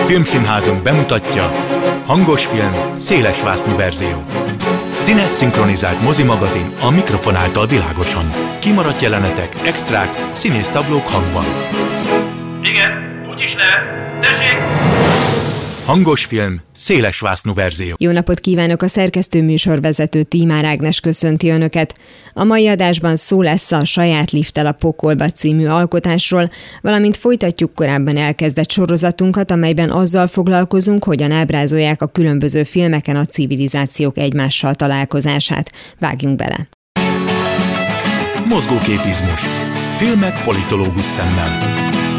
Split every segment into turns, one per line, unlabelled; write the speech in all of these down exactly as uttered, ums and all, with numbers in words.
Filmszínházunk bemutatja hangos film, szélesvásznú verzió. Színes szinkronizált mozimagazin a mikrofon által világosan. Kimaradt jelenetek, extrák, színésztablók hangban.
Igen, úgy is lehet. Tessék!
Hangos film, szélesvásznú verzió.
Jó napot kívánok, a szerkesztő műsorvezető Tímár Ágnes köszönti Önöket. A mai adásban szó lesz a Saját lifttel a pokolba című alkotásról, valamint folytatjuk korábban elkezdett sorozatunkat, amelyben azzal foglalkozunk, hogyan ábrázolják a különböző filmeken a civilizációk egymással találkozását. Vágjunk bele!
Mozgóképizmus. Filmek politológus szemmel.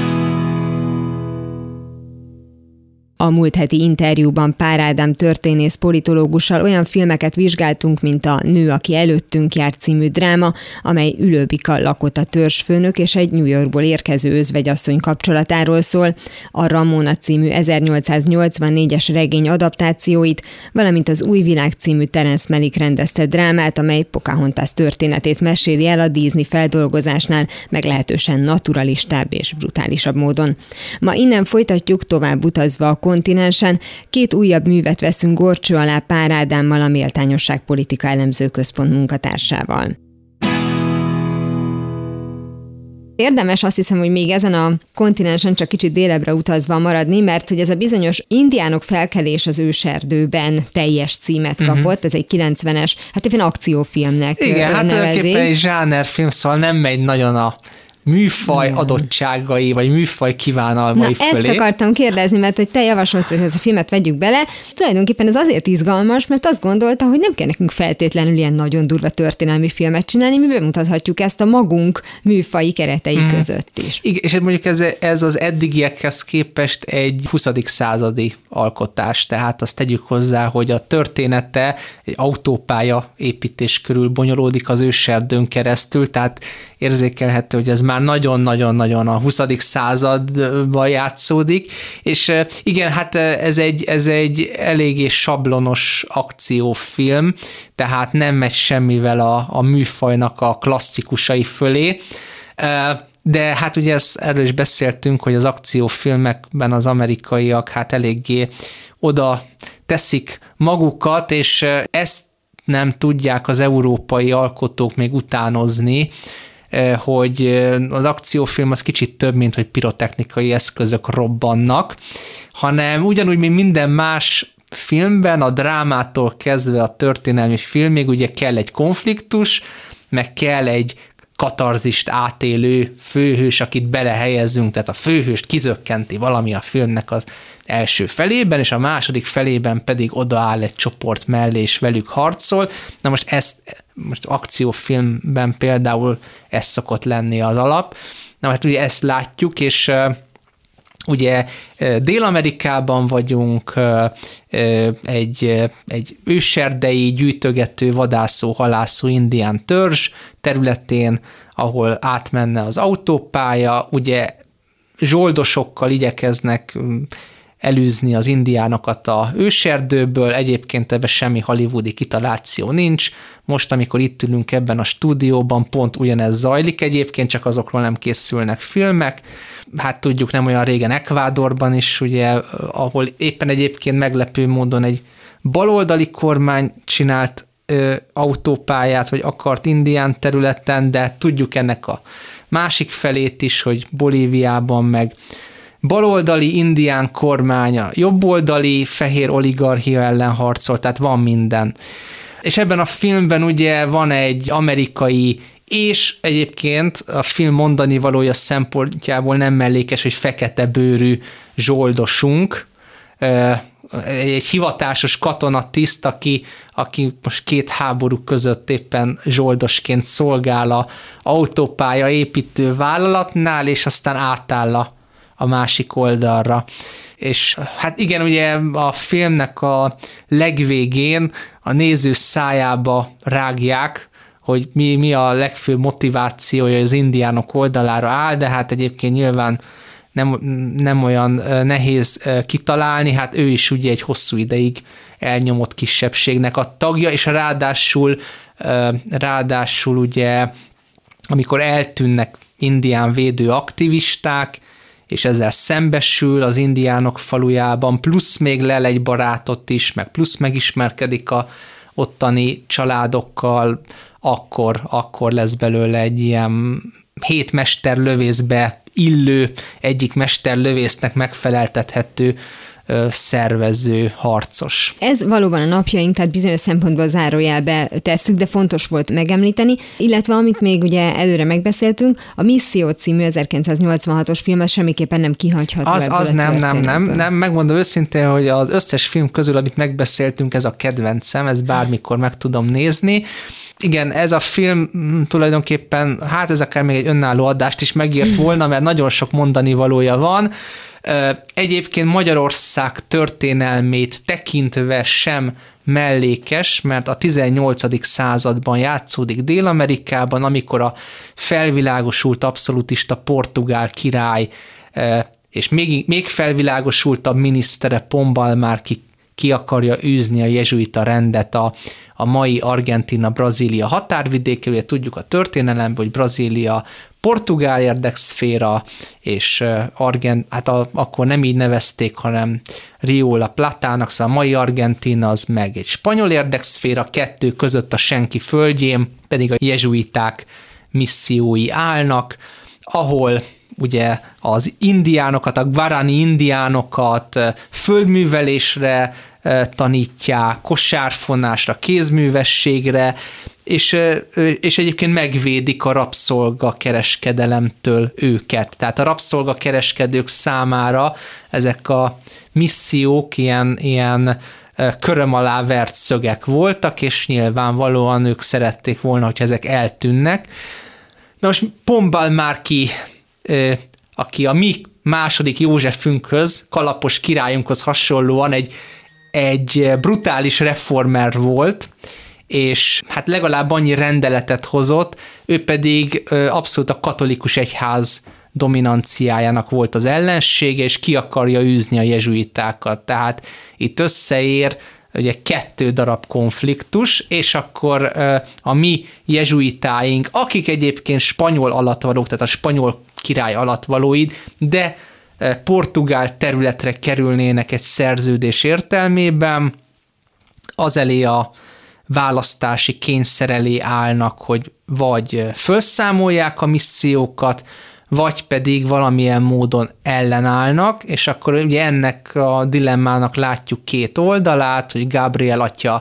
A múlt heti interjúban Pár Ádám történész politológussal olyan filmeket vizsgáltunk, mint a Nő, aki előttünk jár című dráma, amely Ülőbika Lakota törzsfőnök és egy New Yorkból érkező özvegyasszony kapcsolatáról szól, a Ramona című ezernyolcszáznyolcvannégyes regény adaptációit, valamint az Új világ című Terence Malick rendezte drámát, amely Pocahontas történetét meséli el a Disney feldolgozásnál meglehetősen naturalistább és brutálisabb módon. Ma innen folytatjuk, tovább utazva a kontinensen, két újabb művet veszünk górcső alá Pár Ádámmal, a Méltányosságpolitika Elemző Központ munkatársával. Érdemes azt hiszem, hogy még ezen a kontinensen csak kicsit délebbre utazva maradni, mert hogy ez a bizonyos indiánok felkelés az őserdőben teljes címet kapott, uh-huh. Ez egy kilencvenes, hát éppen akciófilmnek
Igen, hát
nevezik.
tulajdonképpen egy zsánerfilm, szóval nem megy nagyon a műfaj adottságai, vagy műfaj kívánalmai
Na,
fölé.
Ezt akartam kérdezni, mert hogy te javasoltad, hogy ezt a filmet vegyük bele. Tulajdonképpen ez azért izgalmas, mert azt gondolta, hogy nem kell nekünk feltétlenül ilyen nagyon durva történelmi filmet csinálni, mi bemutathatjuk ezt a magunk műfaji keretei hmm. között is.
Igen, és mondjuk ez, ez az eddigiekhez képest egy huszadik századi alkotás, tehát azt tegyük hozzá, hogy a története egy autópálya építés körül bonyolódik az őserdőn keresztül, tehát érzékelhető, hogy ez már nagyon-nagyon-nagyon a huszadik században játszódik, és igen, hát ez egy, ez egy eléggé sablonos akciófilm, tehát nem megy semmivel a, a műfajnak a klasszikusai fölé, de hát ugye ezt, erről is beszéltünk, hogy az akciófilmekben az amerikaiak hát eléggé oda teszik magukat, és ezt nem tudják az európai alkotók még utánozni, hogy az akciófilm az kicsit több, mint hogy pirotechnikai eszközök robbannak, hanem ugyanúgy, mint minden más filmben, a drámától kezdve a történelmi filmig ugye kell egy konfliktus, meg kell egy katarzist átélő főhős, akit belehelyezünk, tehát a főhőst kizökkenti valami a filmnek az első felében, és a második felében pedig odaáll egy csoport mellé, és velük harcol. Na most ezt, most akciófilmben például ez szokott lenni az alap. Na hát ugye ezt látjuk, és uh, ugye uh, Dél-Amerikában vagyunk, uh, uh, egy, uh, egy őserdei, gyűjtögető, vadászó, halászó indián törzs területén, ahol átmenne az autópálya, ugye zsoldosokkal igyekeznek um, elűzni az indiánokat a őserdőből, egyébként ebben semmi hollywoodi kitaláció nincs. Most, amikor itt ülünk ebben a stúdióban, pont ugyanez zajlik egyébként, csak azokról nem készülnek filmek. Hát tudjuk, nem olyan régen Ekvádorban is, ugye, ahol éppen egyébként meglepő módon egy baloldali kormány csinált ö, autópályát, vagy akart indián területen, de tudjuk ennek a másik felét is, hogy Bolíviában meg baloldali indián kormánya, jobboldali fehér oligarchia ellen harcol, tehát van minden. És ebben a filmben ugye van egy amerikai, és egyébként a film mondani valója szempontjából nem mellékes, hogy fekete bőrű zsoldosunk, egy hivatásos katonatiszt, aki, aki most két háború között éppen zsoldosként szolgál a autópálya építő vállalatnál, és aztán átáll a a másik oldalra. És hát igen, ugye a filmnek a legvégén a néző szájába rágják, hogy mi, mi a legfőbb motivációja, az indiánok oldalára áll, de hát egyébként nyilván nem, nem olyan nehéz kitalálni, hát ő is ugye egy hosszú ideig elnyomott kisebbségnek a tagja, és ráadásul, ráadásul ugye, amikor eltűnnek indián védő aktivisták, és ezzel szembesül az indiánok falujában, plusz még lel egy barátot is, meg plusz megismerkedik a ottani családokkal, akkor, akkor lesz belőle egy ilyen hét mesterlövészbe illő, egyik mesterlövésznek megfeleltethető szervező, harcos.
Ez valóban a napjaink, tehát bizonyos szempontból zárójelbe tesszük, de fontos volt megemlíteni, illetve amit még ugye előre megbeszéltünk, a Misszió című ezerkilencszáznyolcvanhatos film, az semmiképpen nem kihagyható
az,
ebből
az
a
nem, nem, nem,
történetből.
nem, megmondom őszintén, hogy az összes film közül, amit megbeszéltünk, ez a kedvencem, ez bármikor meg tudom nézni. Igen, ez a film tulajdonképpen, hát ez akár még egy önálló adást is megírt volna, mert nagyon sok mondani valója van. Egyébként Magyarország történelmét tekintve sem mellékes, mert a tizennyolcadik században játszódik Dél-Amerikában, amikor a felvilágosult abszolutista portugál király és még, még felvilágosultabb minisztere Pombal már ki, ki akarja űzni a jezsuita rendet a, a mai Argentína-Brazília határvidékről. Ugye tudjuk a történelemből, hogy Brazília portugál érdekszféra, és Argent, hát a, akkor nem így nevezték, hanem Rio La Platának, szóval a mai Argentína az meg egy spanyol érdekszféra, kettő között a senki földjén, pedig a jezsuiták missziói állnak, ahol ugye az indiánokat, a guarani indiánokat földművelésre tanítják, kosárfonásra, kézművességre, és, és egyébként megvédik a rabszolgakereskedelemtől őket. Tehát a rabszolgakereskedők számára ezek a missziók ilyen, ilyen köröm alá vert szögek voltak, és nyilvánvalóan ők szerették volna, hogy ezek eltűnnek. Na most Pombal Márki, aki a mi második Józsefünkhöz, Kalapos királyunkhoz hasonlóan egy, egy brutális reformer volt, és hát legalább annyi rendeletet hozott, ő pedig abszolút a katolikus egyház dominanciájának volt az ellensége, és ki akarja űzni a jezsuitákat. Tehát itt összeér ugye kettő darab konfliktus, és akkor a mi jezsuitáink, akik egyébként spanyol alattvalók, tehát a spanyol király alattvalóid, de portugál területre kerülnének egy szerződés értelmében, az elé a választási kényszer elé állnak, hogy vagy felszámolják a missziókat, vagy pedig valamilyen módon ellenállnak, és akkor ugye ennek a dilemmának látjuk két oldalát, hogy Gabriel atya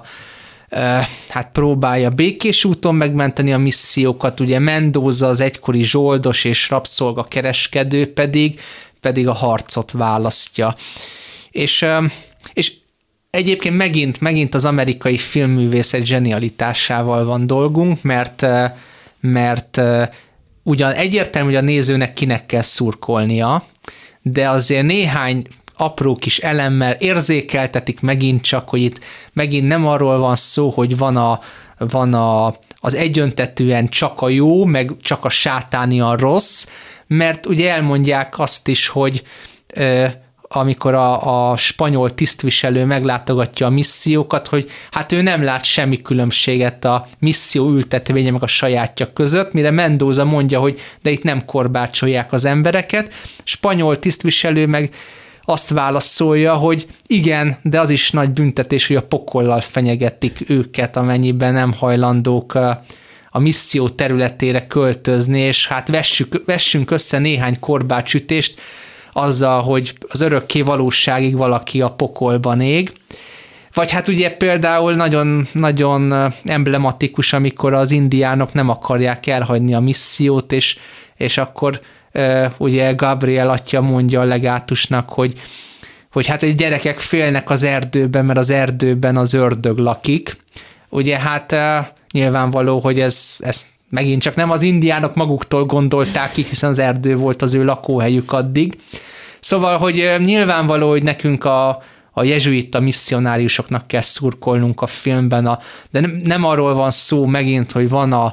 hát próbálja békés úton megmenteni a missziókat, ugye Mendoza az egykori zsoldos és rabszolgakereskedő pedig, pedig a harcot választja. És, és egyébként megint, megint az amerikai filmművészet zsenialitásával van dolgunk, mert, mert ugyan egyértelmű, hogy a nézőnek kinek kell szurkolnia, de azért néhány apró kis elemmel érzékeltetik megint csak, hogy itt megint nem arról van szó, hogy van, a, van a, az egyöntetűen csak a jó, meg csak a sátáni a rossz, mert ugye elmondják azt is, hogy amikor a, a spanyol tisztviselő meglátogatja a missziókat, hogy hát ő nem lát semmi különbséget a misszió ültetvénye meg a sajátja között, mire Mendoza mondja, hogy de itt nem korbácsolják az embereket. Spanyol tisztviselő meg azt válaszolja, hogy igen, de az is nagy büntetés, hogy a pokollal fenyegetik őket, amennyiben nem hajlandók a, a misszió területére költözni, és hát vessük, vessünk össze néhány korbácsütést azzal, hogy az örökké valóságig valaki a pokolban ég. Vagy hát ugye például nagyon, nagyon emblematikus, amikor az indiánok nem akarják elhagyni a missziót, és, és akkor ugye Gabriel atya mondja a legátusnak, hogy, hogy hát hogy gyerekek félnek az erdőben, mert az erdőben az ördög lakik. Ugye hát nyilvánvaló, hogy ez, ez megint csak nem az indiánok maguktól gondolták ki, hiszen az erdő volt az ő lakóhelyük addig. Szóval, hogy nyilvánvaló, hogy nekünk a, a jezsuita misszionáriusoknak kell szurkolnunk a filmben, a, de nem, nem arról van szó megint, hogy van a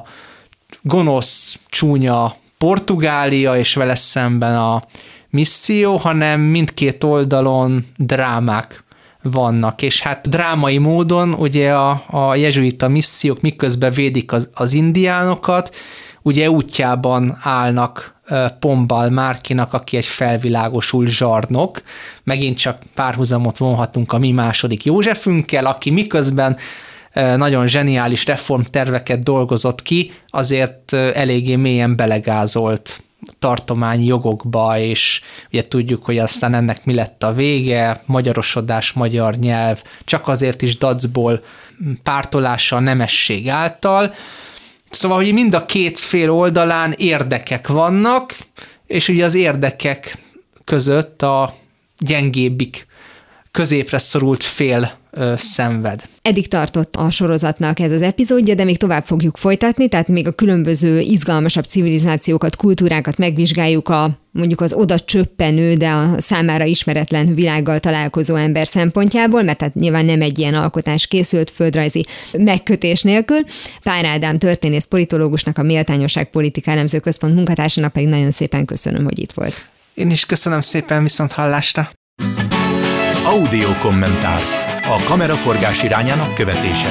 gonosz, csúnya Portugália, és vele szemben a misszió, hanem mindkét oldalon drámák vannak, és hát drámai módon ugye a, a jezsuita missziók miközben védik az, az indiánokat, ugye útjában állnak Pombal Márkinak, aki egy felvilágosult zsarnok. Megint csak párhuzamot vonhatunk a mi második Józsefünkkel, aki miközben nagyon zseniális reformterveket dolgozott ki, azért eléggé mélyen belegázolt tartományi jogokba, és ugye tudjuk, hogy aztán ennek mi lett a vége, magyarosodás, magyar nyelv, csak azért is dacból pártolása a nemesség által. Szóval, hogy mind a két fél oldalán érdekek vannak, és ugye az érdekek között a gyengébbik, középre szorult fél ö, szenved.
Eddig tartott a sorozatnak ez az epizódja, de még tovább fogjuk folytatni, tehát még a különböző izgalmasabb civilizációkat, kultúrákat megvizsgáljuk a mondjuk az oda csöppenő, de a számára ismeretlen világgal találkozó ember szempontjából, mert tehát nyilván nem egy ilyen alkotás készült földrajzi megkötés nélkül. Pár Ádám történész politológusnak, a Méltányosság Politika Elemző Központ munkatársának pedig nagyon szépen köszönöm, hogy itt volt.
Én is köszönöm szépen, viszont hallásra.
Audio kommentár. A kameraforgás irányának követése.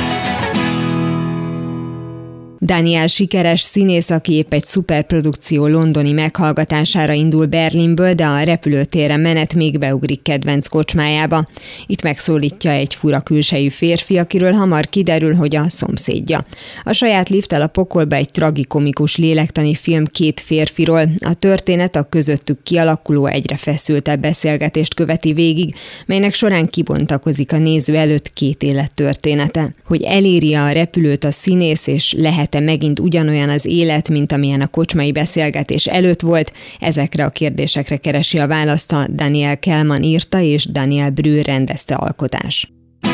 Daniel sikeres színész, aki épp egy szuperprodukció londoni meghallgatására indul Berlinből, de a repülőtérre menet még beugrik kedvenc kocsmájába. Itt megszólítja egy fura külsejű férfi, akiről hamar kiderül, hogy a szomszédja. A saját lifttel a pokolba egy tragikomikus lélektani film két férfiról. A történet a közöttük kialakuló egyre feszültebb beszélgetést követi végig, melynek során kibontakozik a néző előtt két élet története. Hogy eléri a repülőt a színész, és lehet megint ugyanolyan az élet, mint amilyen a kocsmai beszélgetés előtt volt, ezekre a kérdésekre keresi a választ a Daniel Kellman írta és Daniel Brühl rendezte alkotás.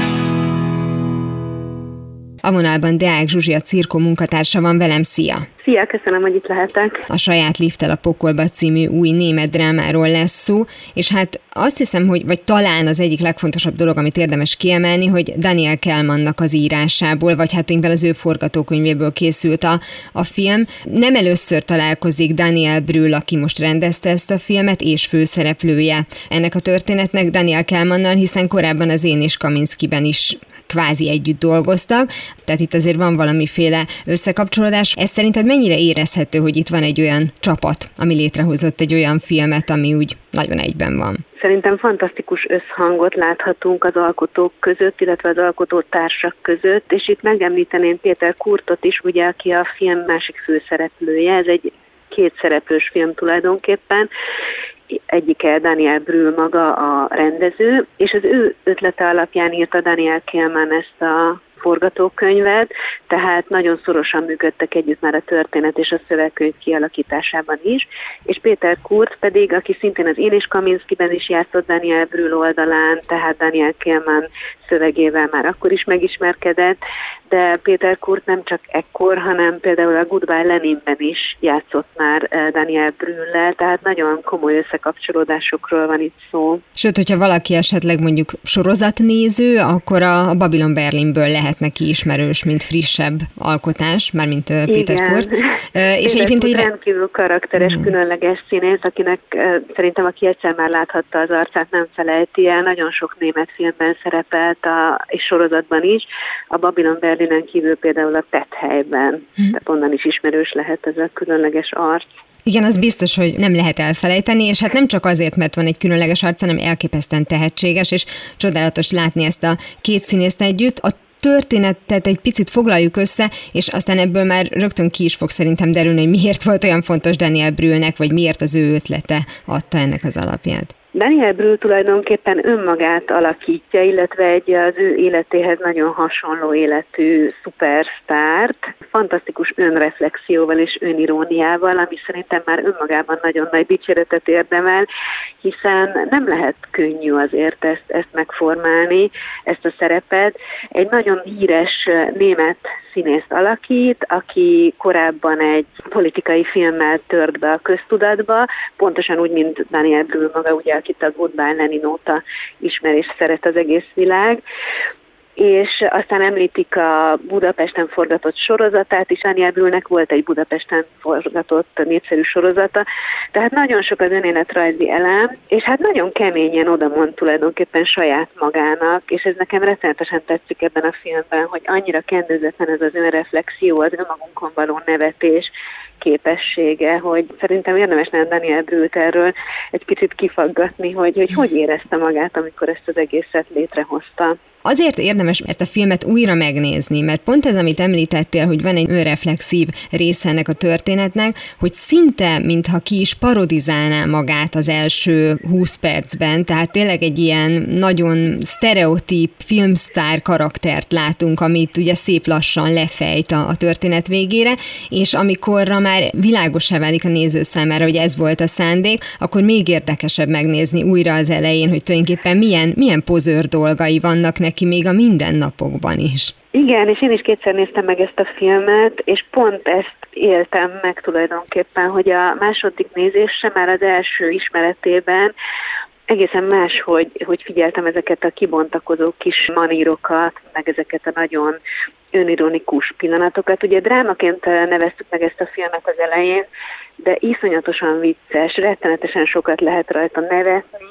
A vonalban Deák Zsuzsi, a Cirko munkatársa van velem, szia!
Szia, köszönöm, hogy itt lehetek.
A Saját lifttel a pokolba című új német drámáról lesz szó, és hát azt hiszem, hogy vagy talán az egyik legfontosabb dolog, amit érdemes kiemelni, hogy Daniel Kellmannak az írásából, vagy hát éppen az ő forgatókönyvéből készült a, a film. Nem először találkozik Daniel Brühl, aki most rendezte ezt a filmet, és főszereplője ennek a történetnek Daniel Kellmannal, hiszen korábban az Én és Kaminskiben is kvázi együtt dolgoztak, tehát itt azért van valamiféle összekapcsolódás. Ez szerinted mennyire érezhető, hogy itt van egy olyan csapat, ami létrehozott egy olyan filmet, ami úgy nagyon egyben van?
Szerintem fantasztikus összhangot láthatunk az alkotók között, illetve az alkotótársak között, és itt megemlíteném Péter Kurtot is, ugye, aki a film másik főszereplője. Ez egy kétszereplős film tulajdonképpen. Egyike Daniel Brühl maga a rendező, és az ő ötlete alapján írta Daniel Kellman ezt a forgatókönyvet, tehát nagyon szorosan működtek együtt már a történet és a szövegkönyv kialakításában is, és Péter Kurt pedig, aki szintén az Én és Kaminskiben is játszott Daniel Brühl oldalán, tehát Daniel Kellman szövegével már akkor is megismerkedett, de Péter Kurt nem csak ekkor, hanem például a Goodbye Leninben is játszott már Daniel Brühl-lel, tehát nagyon komoly összekapcsolódásokról van itt szó.
Sőt, hogyha valaki esetleg mondjuk sorozatnéző, akkor a Babylon Berlinből lehet neki ismerős, mint frissebb alkotás, mármint Péter
Igen.
Kurt.
És egyébként egy rendkívül karakteres, mm. különleges színész, akinek szerintem, aki egyszer már láthatta az arcát, nem felejti el. Nagyon sok német filmben szerepelt, a, és sorozatban is. A Babylon Berlinen kívül például a Tethelyben. Mm. Tehát onnan is ismerős lehet ez a különleges arc.
Igen, az biztos, hogy nem lehet elfelejteni, és hát nem csak azért, mert van egy különleges arc, hanem elképesztően tehetséges, és csodálatos látni ezt a két színészt együtt. A történetet egy picit foglaljuk össze, és aztán ebből már rögtön ki is fog szerintem derülni, hogy miért volt olyan fontos Daniel Brühlnek, vagy miért az ő ötlete adta ennek az alapját.
Daniel Brühl tulajdonképpen önmagát alakítja, illetve egy az ő életéhez nagyon hasonló életű szupersztárt, fantasztikus önreflexióval és öniróniával, ami szerintem már önmagában nagyon nagy dicséretet érdemel, hiszen nem lehet könnyű azért ezt, ezt megformálni, ezt a szerepet. Egy nagyon híres német színészt alakít, aki korábban egy politikai filmmel tört be a köztudatba, pontosan úgy, mint Daniel Brühl maga, ugye, akit a Goodbye Lenin óta ismer és szeret az egész világ. és aztán említik a Budapesten forgatott sorozatát is, Daniel Brühlnek volt egy Budapesten forgatott népszerű sorozata, tehát nagyon sok az önéletrajzi elem, és hát nagyon keményen odamond tulajdonképpen saját magának, és ez nekem rettenetesen tetszik ebben a filmben, hogy annyira kendőzetlen ez az önreflexió, az önmagunkon való nevetés képessége, hogy szerintem érdemes lenne Daniel Brühlt erről egy kicsit kifaggatni, hogy, hogy hogy érezte magát, amikor ezt az egészet létrehozta.
Azért érdemes ezt a filmet újra megnézni, mert pont ez, amit említettél, hogy van egy önreflexív része ennek a történetnek, hogy szinte, mintha ki is parodizálná magát az első húsz percben, tehát tényleg egy ilyen nagyon sztereotíp filmsztár karaktert látunk, amit ugye szép lassan lefejt a, a történet végére, és amikorra már világossá válik a néző számára, hogy ez volt a szándék, akkor még érdekesebb megnézni újra az elején, hogy tulajdonképpen milyen, milyen pozőr dolgai vannak neki még a mindennapokban is.
Igen, és én is kétszer néztem meg ezt a filmet, és pont ezt éltem meg tulajdonképpen, hogy a második nézésre már az első ismeretében egészen más, hogy, hogy figyeltem ezeket a kibontakozó kis manírokat, meg ezeket a nagyon önironikus pillanatokat. Ugye drámaként neveztük meg ezt a filmet az elején, de iszonyatosan vicces, rettenetesen sokat lehet rajta nevetni,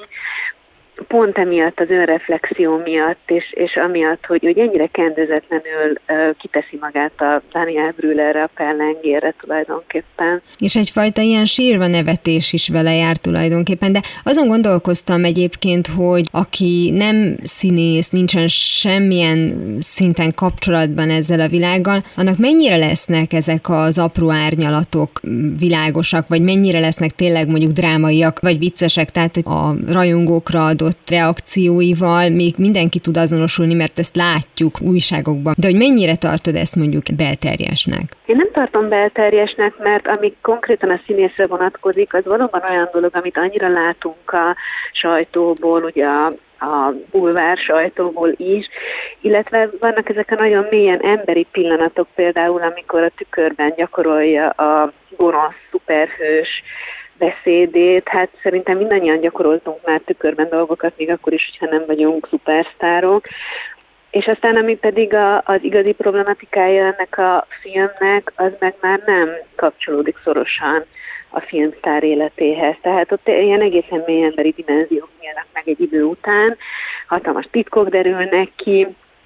pont emiatt, az önreflexió miatt, és, és amiatt, hogy, hogy ennyire kendőzetlenül uh, kiteszi magát a Daniel Brühl erre a pellengérre tulajdonképpen.
És egyfajta ilyen sírva nevetés is vele jár tulajdonképpen, de azon gondolkoztam egyébként, hogy aki nem színész, nincsen semmilyen szinten kapcsolatban ezzel a világgal, annak mennyire lesznek ezek az apró árnyalatok világosak, vagy mennyire lesznek tényleg mondjuk drámaiak, vagy viccesek, tehát hogy a rajongókra adott reakcióival még mindenki tud azonosulni, mert ezt látjuk újságokban. De hogy mennyire tartod ezt mondjuk belterjesnek?
Én nem tartom belterjesnek, mert ami konkrétan a színészre vonatkozik, az valóban olyan dolog, amit annyira látunk a sajtóból, ugye a a bulvár sajtóból is, illetve vannak ezek a nagyon mélyen emberi pillanatok, például amikor a tükörben gyakorolja a gonosz szuperhős beszédét, hát szerintem mindannyian gyakoroltunk már tükörben dolgokat, még akkor is, hogyha nem vagyunk szupersztárok. És aztán, ami pedig a, az igazi problematikája ennek a filmnek, az meg már nem kapcsolódik szorosan a filmsztár életéhez. Tehát ott ilyen egészen mély emberi dimenziók nyílnak meg egy idő után, hatalmas titkok derülnek ki,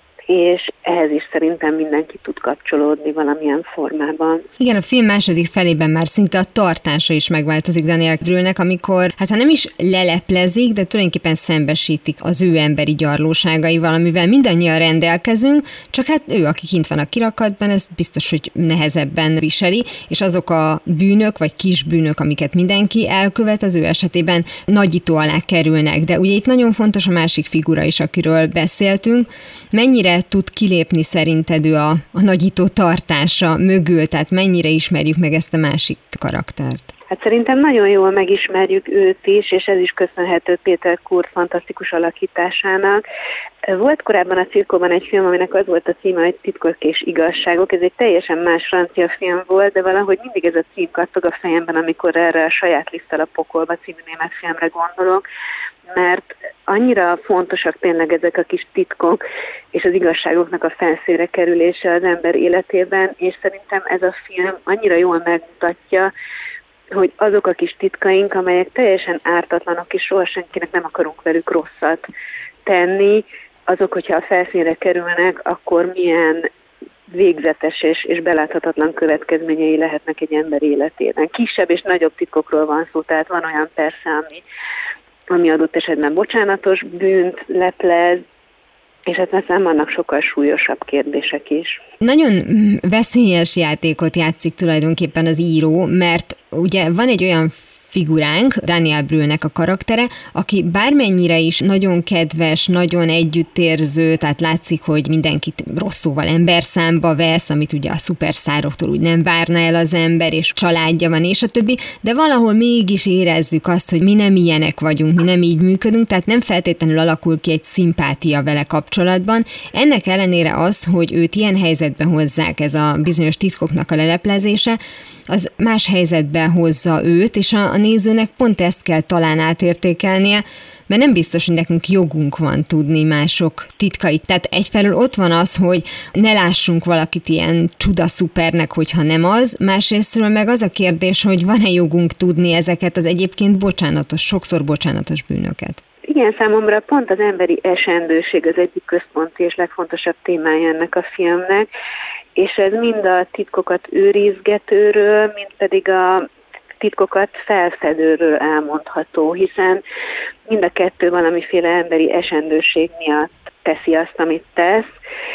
és ehhez is szerintem mindenki tud kapcsolódni valamilyen formában.
Igen, a film második felében már szinte a tartása is megváltozik Daniel Brühlnek, amikor, hát ha nem is leleplezik, de tulajdonképpen szembesítik az ő emberi gyarlóságaival, amivel mindannyian rendelkezünk, csak hát ő, aki kint van a kirakatban, ez biztos, hogy nehezebben viseli, és azok a bűnök, vagy kis bűnök, amiket mindenki elkövet, az ő esetében nagyító alá kerülnek. De ugye itt nagyon fontos a másik figura is, akiről beszéltünk. Mennyire tud kilépni szerinted ő a, a nagyító tartása mögül, tehát mennyire ismerjük meg ezt a másik karaktert?
Hát szerintem nagyon jól megismerjük őt is, és ez is köszönhető Péter Kurt fantasztikus alakításának. Volt korábban a Cirkóban egy film, aminek az volt a címe, hogy Titkok és igazságok. Ez egy teljesen más francia film volt, de valahogy mindig ez a cím kattog a fejemben, amikor erre a Saját liszttel a pokolba című német filmre gondolok, mert annyira fontosak tényleg ezek a kis titkok és az igazságoknak a felszínre kerülése az ember életében, és szerintem ez a film annyira jól megmutatja, hogy azok a kis titkaink, amelyek teljesen ártatlanok, és soha senkinek nem akarunk velük rosszat tenni, azok, hogyha a felszínre kerülnek, akkor milyen végzetes és, és beláthatatlan következményei lehetnek egy ember életében. Kisebb és nagyobb titkokról van szó, tehát van olyan persze, ami, ami adott esetben bocsánatos bűnt leplez, és hát aztán vannak sokkal súlyosabb kérdések is.
Nagyon veszélyes játékot játszik tulajdonképpen az író, mert ugye van egy olyan figuránk, Daniel Brühlnek a karaktere, aki bármennyire is nagyon kedves, nagyon együttérző, tehát látszik, hogy mindenkit rossz szóval emberszámba vesz, amit ugye a szupersztároktól úgy nem várna el az ember, és családja van, és a többi, de valahol mégis érezzük azt, hogy mi nem ilyenek vagyunk, mi nem így működünk, tehát nem feltétlenül alakul ki egy szimpátia vele kapcsolatban. Ennek ellenére az, hogy őt ilyen helyzetben hozzák, ez a bizonyos titkoknak a leleplezése, az más helyzetbe hozza őt, és a, a nézőnek pont ezt kell talán átértékelnie, mert nem biztos, hogy nekünk jogunk van tudni mások titkait. Tehát egyfelől ott van az, hogy ne lássunk valakit ilyen csuda-szupernek, hogyha nem az, másrésztről meg az a kérdés, hogy van-e jogunk tudni ezeket az egyébként bocsánatos, sokszor bocsánatos bűnöket.
Igen, számomra pont az emberi esendőség az egyik központi és legfontosabb témája ennek a filmnek, és ez mind a titkokat őrizgetőről, mind pedig a titkokat felfedőről elmondható, hiszen mind a kettő valamiféle emberi esendőség miatt teszi azt, amit tesz,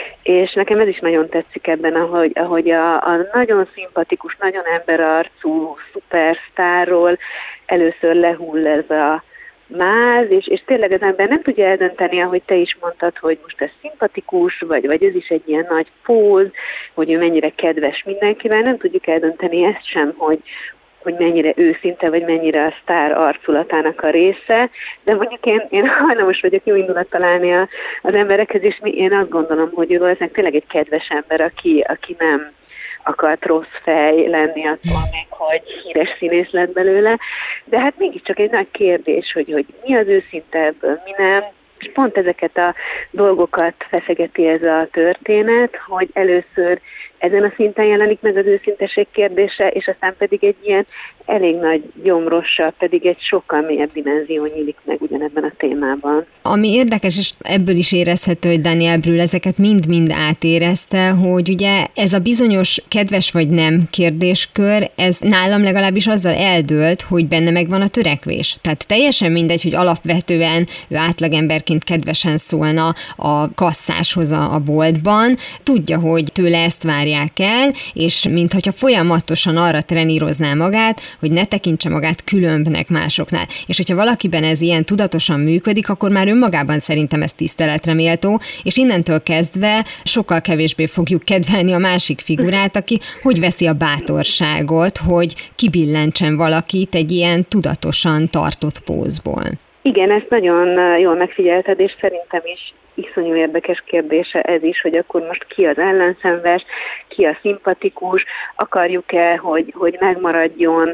és nekem ez is nagyon tetszik ebben, ahogy, ahogy a, a nagyon szimpatikus, nagyon emberarcú szupersztárról először lehull ez a máz, és, és tényleg az ember nem tudja eldönteni, ahogy te is mondtad, hogy most ez szimpatikus, vagy, vagy ez is egy ilyen nagy póz, hogy ő mennyire kedves mindenkivel, nem tudjuk eldönteni ezt sem, hogy, hogy mennyire őszinte, vagy mennyire a sztár arculatának a része, de mondjuk én, én hajlamos vagyok jó indulat találni a, az emberekhez, és én azt gondolom, hogy ő valószínűleg tényleg egy kedves ember, aki, aki nem akart rossz fej lenni attól még, hogy híres színész lett belőle, de hát mégiscsak egy nagy kérdés, hogy, hogy mi az őszinte ebből, mi nem, és pont ezeket a dolgokat feszegeti ez a történet, hogy először ezen a szinten jelenik meg az őszinteség kérdése, és aztán pedig egy ilyen elég nagy gyomrossal, pedig egy sokkal mélyebb dimenzió nyílik meg ugyanebben a témában.
Ami érdekes, és ebből is érezhető, hogy Daniel Brühl ezeket mind-mind átérezte, hogy ugye ez a bizonyos kedves vagy nem kérdéskör, ez nálam legalábbis azzal eldőlt, hogy benne megvan a törekvés. Tehát teljesen mindegy, hogy alapvetően ő átlagemberként kedvesen szólna a kasszáshoz a, a boltban, tudja, hogy tőle ezt várják el, és mintha folyamatosan arra trenírozná magát, hogy ne tekintse magát különbnek másoknál. És hogyha valakiben ez ilyen tudatosan működik, akkor már önmagában szerintem ez tiszteletre méltó, és innentől kezdve sokkal kevésbé fogjuk kedvelni a másik figurát, aki hogy veszi a bátorságot, hogy kibillentsen valakit egy ilyen tudatosan tartott pózból.
Igen, ezt nagyon jól megfigyelted, és szerintem is iszonyú érdekes kérdése ez is, hogy akkor most ki az ellenszenves, ki a szimpatikus, akarjuk-e, hogy, hogy megmaradjon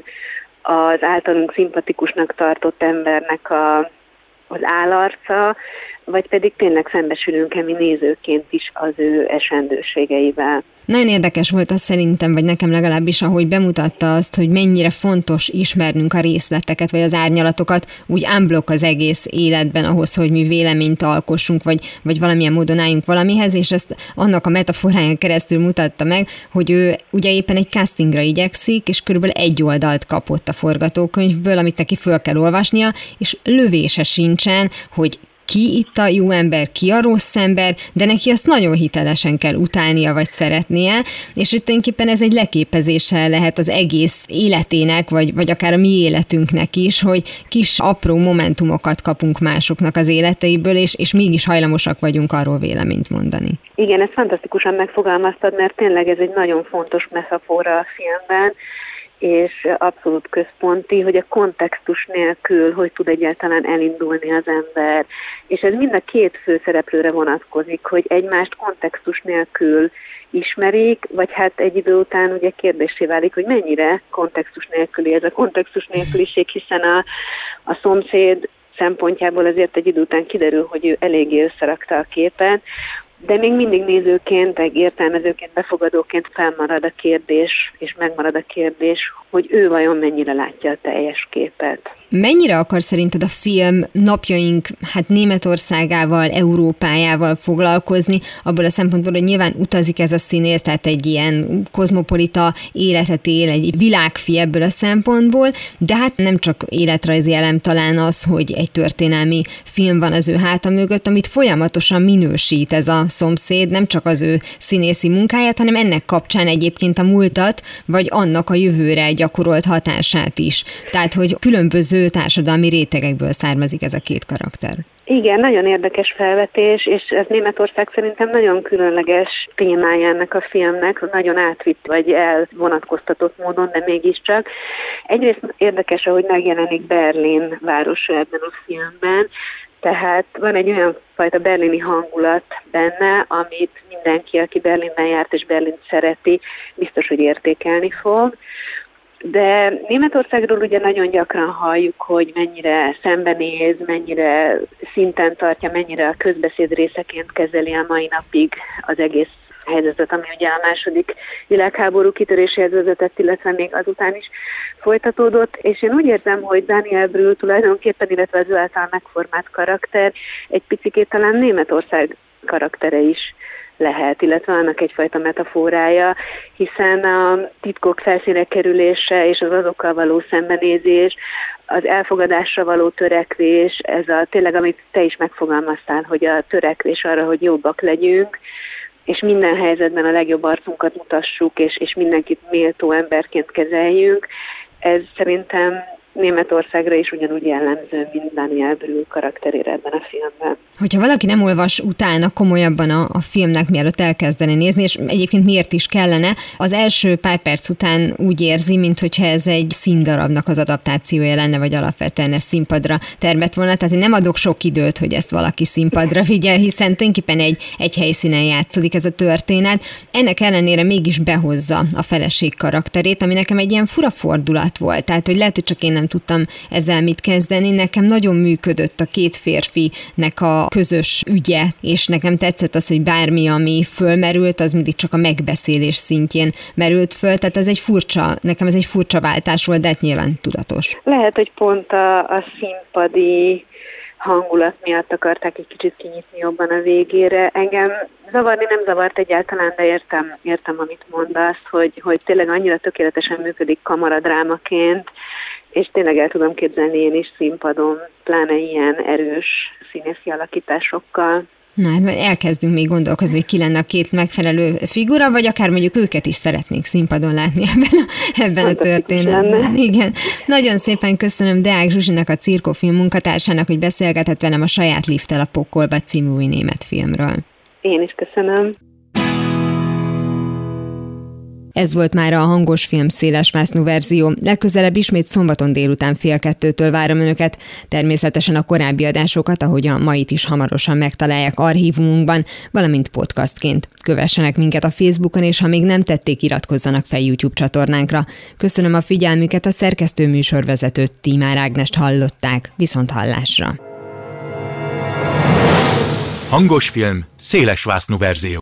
az általunk szimpatikusnak tartott embernek a, az állarca, vagy pedig tényleg szembesülünk-e mi nézőként is az ő esendőségeivel.
Nagyon érdekes volt az szerintem, vagy nekem legalábbis, ahogy bemutatta azt, hogy mennyire fontos ismernünk a részleteket, vagy az árnyalatokat, úgy unblock az egész életben ahhoz, hogy mi véleményt alkossunk, vagy, vagy valamilyen módon álljunk valamihez, és ezt annak a metaforáján keresztül mutatta meg, hogy ő ugye éppen egy castingra igyekszik, és körülbelül egy oldalt kapott a forgatókönyvből, amit neki föl kell olvasnia, és lövése sincsen, hogy ki itt a jó ember, ki a rossz ember, de neki azt nagyon hitelesen kell utálnia, vagy szeretnie, és hogy tulajdonképpen ez egy leképezése lehet az egész életének, vagy, vagy akár a mi életünknek is, hogy kis apró momentumokat kapunk másoknak az életeiből, és, és mégis hajlamosak vagyunk arról véleményt mondani.
Igen, ezt fantasztikusan megfogalmaztad, mert tényleg ez egy nagyon fontos metafora a filmben, és abszolút központi, hogy a kontextus nélkül hogy tud egyáltalán elindulni az ember. És ez mind a két főszereplőre vonatkozik, hogy egymást kontextus nélkül ismerik, vagy hát egy idő után ugye kérdéssé válik, hogy mennyire kontextus nélküli ez a kontextus nélküliség, hiszen a, a szomszéd szempontjából azért egy idő után kiderül, hogy ő eléggé összerakta a képet, de még mindig nézőként, meg értelmezőként, befogadóként felmarad a kérdés, és megmarad a kérdés, hogy ő vajon mennyire látja a teljes képet.
Mennyire akar szerinted a film napjaink hát Németországával, Európájával foglalkozni, abból a szempontból, hogy nyilván utazik ez a színész, tehát egy ilyen kozmopolita életet él, egy világfi ebből a szempontból, de hát nem csak életrajzi elem talán az, hogy egy történelmi film van az ő háta mögött, amit folyamatosan minősít ez a szomszéd, nem csak az ő színészi munkáját, hanem ennek kapcsán egyébként a múltat, vagy annak a jövőre gyakorolt hatását is. Tehát, hogy különböző társadalmi rétegekből származik ez a két karakter.
Igen, nagyon érdekes felvetés, és ez Németország szerintem nagyon különleges témája ennek a filmnek, nagyon átvitt vagy elvonatkoztatott módon, de mégiscsak. Egyrészt érdekes, ahogy megjelenik Berlin városa ebben a filmben, tehát van egy olyan fajta berlini hangulat benne, amit mindenki, aki Berlinben járt és Berlint szereti, biztos, hogy értékelni fog. De Németországról ugye nagyon gyakran halljuk, hogy mennyire szembenéz, mennyire szinten tartja, mennyire a közbeszéd részeként kezeli a mai napig az egész helyzetet, ami ugye a második világháború kitöréséhez vezetett, illetve még azután is folytatódott, és én úgy érzem, hogy Daniel Brühl tulajdonképpen, illetve az ő által megformált karakter egy picikét talán Németország karaktere is lehet, illetve annak egyfajta metaforája, hiszen a titkok felszínre kerülése és az azokkal való szembenézés, az elfogadásra való törekvés, ez a tényleg, amit te is megfogalmaztál, hogy a törekvés arra, hogy jobbak legyünk, és minden helyzetben a legjobb arcunkat mutassuk, és, és mindenkit méltó emberként kezeljünk, ez szerintem Németországra is ugyanúgy jellemző, mint Daniel Brühl karakterére ebben a filmben.
Hogyha valaki nem olvas utána komolyabban a, a filmnek, mielőtt elkezdeni nézni, és egyébként miért is kellene, az első pár perc után úgy érzi, minthogyha ez egy színdarabnak az adaptációja lenne, vagy alapvetően ez színpadra tervett volna. Tehát én nem adok sok időt, hogy ezt valaki színpadra vigye, hiszen tulajdonképpen egy, egy helyszínen játszódik ez a történet. Ennek ellenére mégis behozza a feleség karakterét, ami nekem egy ilyen fura fordulat volt. Tehát, hogy lehet, hogy csak én nem tudtam ezzel mit kezdeni. Nekem nagyon működött a két férfinek a közös ügye, és nekem tetszett az, hogy bármi, ami fölmerült, az mindig csak a megbeszélés szintjén merült föl. Tehát ez egy furcsa, nekem ez egy furcsa váltás volt, de hát nyilván tudatos.
Lehet, hogy pont a, a színpadi hangulat miatt akarták egy kicsit kinyitni jobban a végére. Engem zavarni nem zavart egyáltalán, de értem, értem amit mondasz, hogy, hogy tényleg annyira tökéletesen működik kamaradrámaként, és tényleg el tudom képzelni én is színpadon, pláne ilyen erős színészi alakításokkal.
Na, hát elkezdünk még gondolkozni, hogy ki lenne a két megfelelő figura, vagy akár mondjuk őket is szeretnénk színpadon látni ebben a, ebben a történetben. Igen. Nagyon szépen köszönöm Deák Zsuzsinak, a Cirkófilm munkatársának, hogy beszélgetett velem a Saját lifttel a pokolba című új német filmről.
Én is köszönöm.
Ez volt már a Hangos Film szélesvásznú verzió. Legközelebb ismét szombaton délután fél kettőtől várom önöket. Természetesen a korábbi adásokat, ahogy a mait is hamarosan megtalálják archívumunkban, valamint podcastként. Kövessenek minket a Facebookon, és ha még nem tették, iratkozzanak fel YouTube csatornánkra. Köszönöm a figyelmüket, a szerkesztő műsorvezetőt, Tímár Ágnest hallották. Viszont hallásra.
Hangos Film szélesvásznú verzió.